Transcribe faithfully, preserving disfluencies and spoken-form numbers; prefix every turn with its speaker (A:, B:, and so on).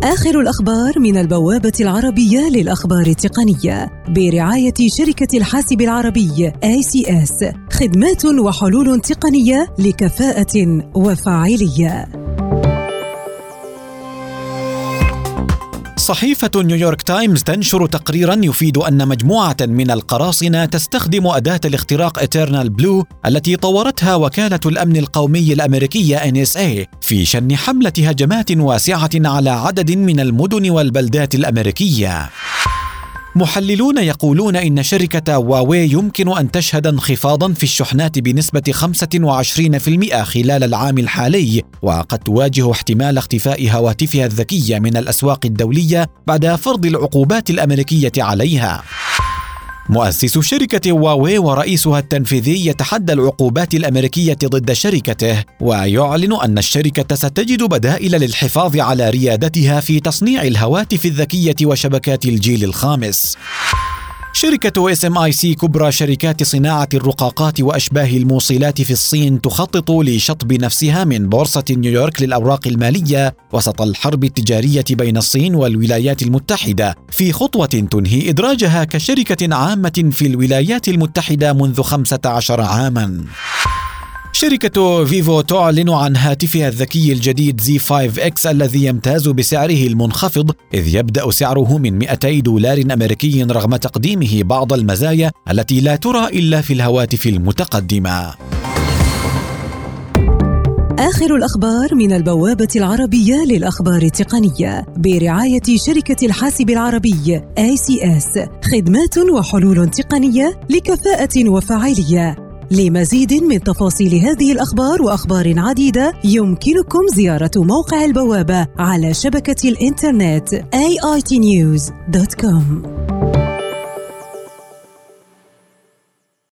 A: آخر الأخبار من البوابة العربية للأخبار التقنية برعاية شركة الحاسب العربي آي سي إس، خدمات وحلول تقنية لكفاءة وفاعلية.
B: صحيفة نيويورك تايمز تنشر تقريراً يفيد أن مجموعة من القراصنة تستخدم أداة الاختراق إترنال بلو التي طورتها وكالة الأمن القومي الأمريكية إن إس إيه في شن حملة هجمات واسعة على عدد من المدن والبلدات الأمريكية. محللون يقولون إن شركة هواوي يمكن أن تشهد انخفاضاً في الشحنات بنسبة خمسة وعشرين بالمئة خلال العام الحالي، وقد تواجه احتمال اختفاء هواتفها الذكية من الأسواق الدولية بعد فرض العقوبات الأمريكية عليها. مؤسس شركة هواوي ورئيسها التنفيذي يتحدى العقوبات الأمريكية ضد شركته، ويعلن أن الشركة ستجد بدائل للحفاظ على ريادتها في تصنيع الهواتف الذكية وشبكات الجيل الخامس. شركة إس إم آي سي كبرى شركات صناعة الرقاقات وأشباه الموصلات في الصين تخطط لشطب نفسها من بورصة نيويورك للأوراق المالية وسط الحرب التجارية بين الصين والولايات المتحدة، في خطوة تنهي إدراجها كشركة عامة في الولايات المتحدة منذ خمسة عشر عاماً. شركة فيفو تعلن عن هاتفها الذكي الجديد زي خمسة إكس الذي يمتاز بسعره المنخفض، إذ يبدأ سعره من مئتي دولار أمريكي رغم تقديمه بعض المزايا التي لا ترى إلا في الهواتف المتقدمة.
A: آخر الأخبار من البوابة العربية للأخبار التقنية برعاية شركة الحاسب العربي آي سي إس، خدمات وحلول تقنية لكفاءة وفاعلية. لمزيد من تفاصيل هذه الأخبار وأخبار عديدة يمكنكم زيارة موقع البوابة على شبكة الإنترنت آي آي تي نيوز دوت كوم.